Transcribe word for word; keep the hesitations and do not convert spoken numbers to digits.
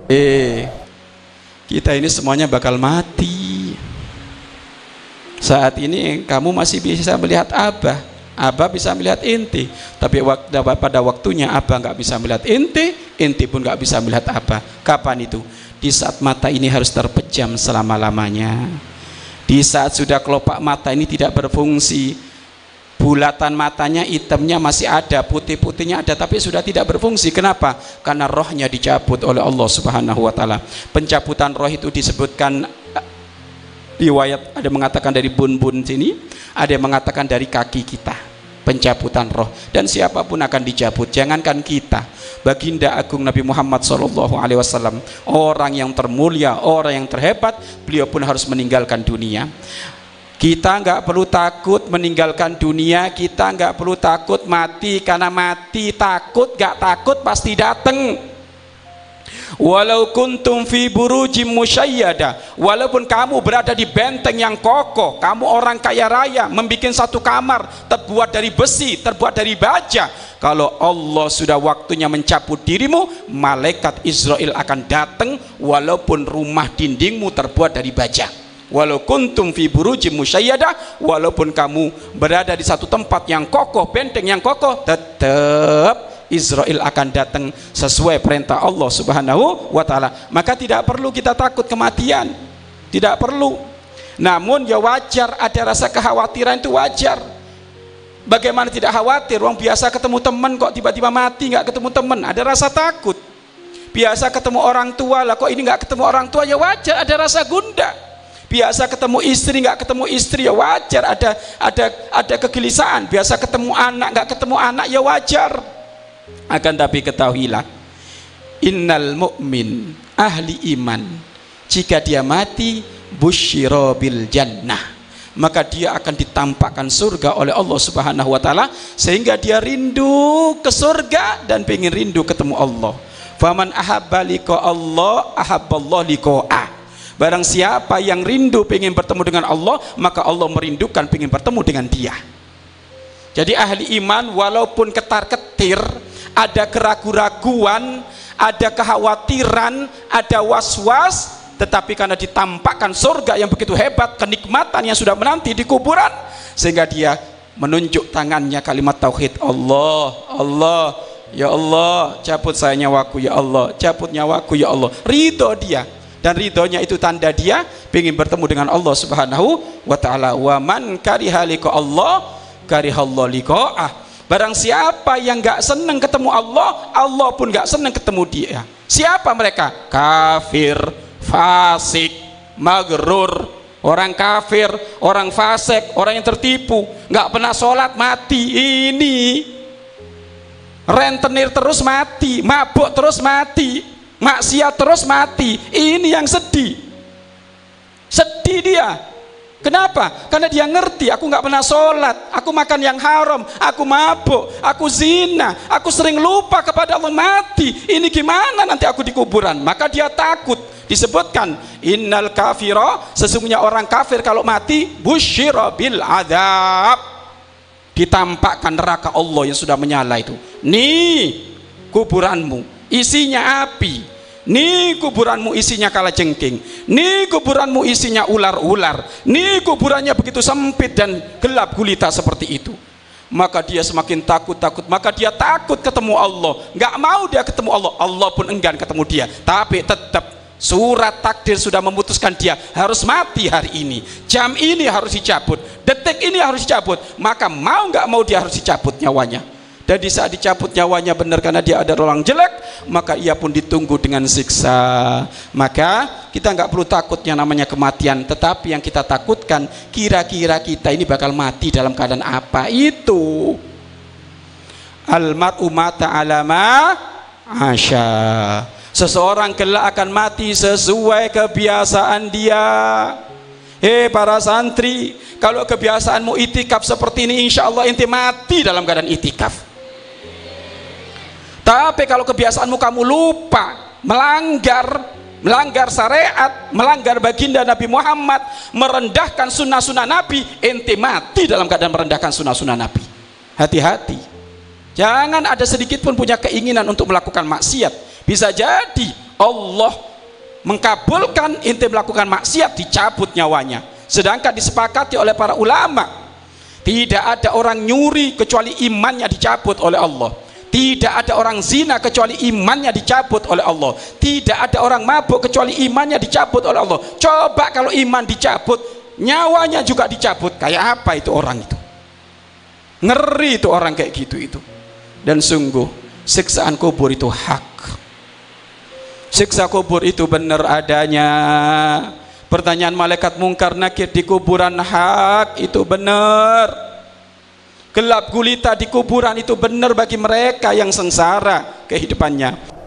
Eh, kita ini semuanya bakal mati. Saat ini kamu masih bisa melihat Abah, Abah bisa melihat inti, tapi pada waktunya Abah nggak bisa melihat inti, inti pun nggak bisa melihat Abah. Kapan itu? Di saat mata ini harus terpejam selama-lamanya. Di saat sudah kelopak mata ini tidak berfungsi, bulatan matanya, hitamnya masih ada, putih-putihnya ada, tapi sudah tidak berfungsi. Kenapa? Karena rohnya dicabut oleh Allah Subhanahu wa Ta'ala. Pencabutan roh itu disebutkan riwayat, ada mengatakan dari bun-bun sini, ada yang mengatakan dari kaki kita. Pencabutan roh, dan siapapun akan dicabut, jangankan kita. Baginda Agung Nabi Muhammad shallallahu alaihi wasallam, orang yang termulia, orang yang terhebat, beliau pun harus meninggalkan dunia. Kita nggak perlu takut meninggalkan dunia, kita nggak perlu takut mati, karena mati takut nggak takut pasti datang. Walau kuntum fi burujim musyayyada, walaupun kamu berada di benteng yang kokoh, kamu orang kaya raya, membuat satu kamar terbuat dari besi, terbuat dari baja, kalau Allah sudah waktunya mencabut dirimu, malaikat Israel akan datang, walaupun rumah dindingmu terbuat dari baja. Walau kuntum fi burujim musyayyada, walaupun kamu berada di satu tempat yang kokoh, benteng yang kokoh, tetap Israel akan datang sesuai perintah Allah Subhanahu wa Ta'ala. Maka tidak perlu kita takut kematian, tidak perlu. Namun ya wajar, ada rasa kekhawatiran, itu wajar. Bagaimana tidak khawatir? Orang biasa ketemu teman kok tiba-tiba mati, nggak ketemu teman, ada rasa takut. Biasa ketemu orang tua, lah kok ini nggak ketemu orang tua, ya wajar, ada rasa gundah. Biasa ketemu istri, nggak ketemu istri, ya wajar, ada ada ada kegelisahan. Biasa ketemu anak, nggak ketemu anak, ya wajar. Akan tapi ketahuilah, innal mu'min, ahli iman, jika dia mati, busyira bil jannah, maka dia akan ditampakkan surga oleh Allah Subhanahu wa Ta'ala, sehingga dia rindu ke surga dan pengen rindu ketemu Allah. Faman ahabba liqa Allah ahabballah liqa'ah. Barang siapa yang rindu pengen bertemu dengan Allah, maka Allah merindukan pengen bertemu dengan dia. Jadi ahli iman walaupun ketar-ketir, ada keraguan-raguan, ada kekhawatiran, ada was-was, tetapi karena ditampakkan surga yang begitu hebat, kenikmatan yang sudah menanti di kuburan, sehingga dia menunjuk tangannya kalimat tauhid, Allah, Allah, ya Allah, cabut saya nyawaku, ya Allah, cabut nyawaku, ya Allah. Ridho dia, dan ridhonya itu tanda dia ingin bertemu dengan Allah Subhanahu wa Ta'ala. Wa man kariha liqa Allah karihallahu liqa'ah. Barang siapa yang gak senang ketemu Allah, Allah pun gak senang ketemu dia. Siapa mereka? Kafir, fasik, magrur. Orang kafir, orang fasik, orang yang tertipu, gak pernah sholat, mati. Ini rentenir terus mati, mabuk terus mati, maksiat terus mati. Ini yang sedih. Sedih dia. Kenapa? Karena dia ngerti, aku nggak pernah sholat, aku makan yang haram, aku mabuk, aku zina, aku sering lupa kepada Allah, mati. Ini gimana nanti aku di kuburan? Maka dia takut. Disebutkan, innal kafira, sesungguhnya orang kafir kalau mati, busyira bil adab, ditampakkan neraka Allah yang sudah menyala itu. Nih kuburanmu, isinya api. Nih kuburanmu isinya kalajengking, nih kuburanmu isinya ular-ular, nih kuburannya begitu sempit dan gelap gulita seperti itu. Maka dia semakin takut-takut, maka dia takut ketemu Allah, nggak mau dia ketemu Allah, Allah pun enggan ketemu dia. Tapi tetap surat takdir sudah memutuskan dia harus mati hari ini, jam ini harus dicabut, detik ini harus dicabut. Maka mau nggak mau dia harus dicabut nyawanya. Dan di saat dicabut nyawanya benar karena dia ada orang jelek, maka ia pun ditunggu dengan siksa. Maka kita nggak perlu takut yang namanya kematian, tetapi yang kita takutkan kira-kira kita ini bakal mati dalam keadaan apa itu. Al-mar'u mata alama asya. Seseorang kelak akan mati sesuai kebiasaan dia. Hei para santri, kalau kebiasaanmu itikaf seperti ini, insya Allah inti mati dalam keadaan itikaf. Tapi kalau kebiasaanmu kamu lupa, melanggar, melanggar syariat, melanggar baginda Nabi Muhammad, merendahkan sunnah-sunnah Nabi, ente mati dalam keadaan merendahkan sunnah-sunnah Nabi. Hati-hati. Jangan ada sedikit pun punya keinginan untuk melakukan maksiat. Bisa jadi Allah mengkabulkan ente melakukan maksiat, dicabut nyawanya. Sedangkan disepakati oleh para ulama, tidak ada orang nyuri kecuali imannya dicabut oleh Allah. Tidak ada orang zina kecuali imannya dicabut oleh Allah. Tidak ada orang mabuk kecuali imannya dicabut oleh Allah. Coba kalau iman dicabut, nyawanya juga dicabut, kayak apa itu orang itu? Ngeri itu orang kayak gitu itu. Dan sungguh siksaan kubur itu hak. Siksa kubur itu benar adanya. Pertanyaan malaikat mungkar nakir di kuburan hak, itu benar. Gelap gulita di kuburan itu benar bagi mereka yang sengsara kehidupannya.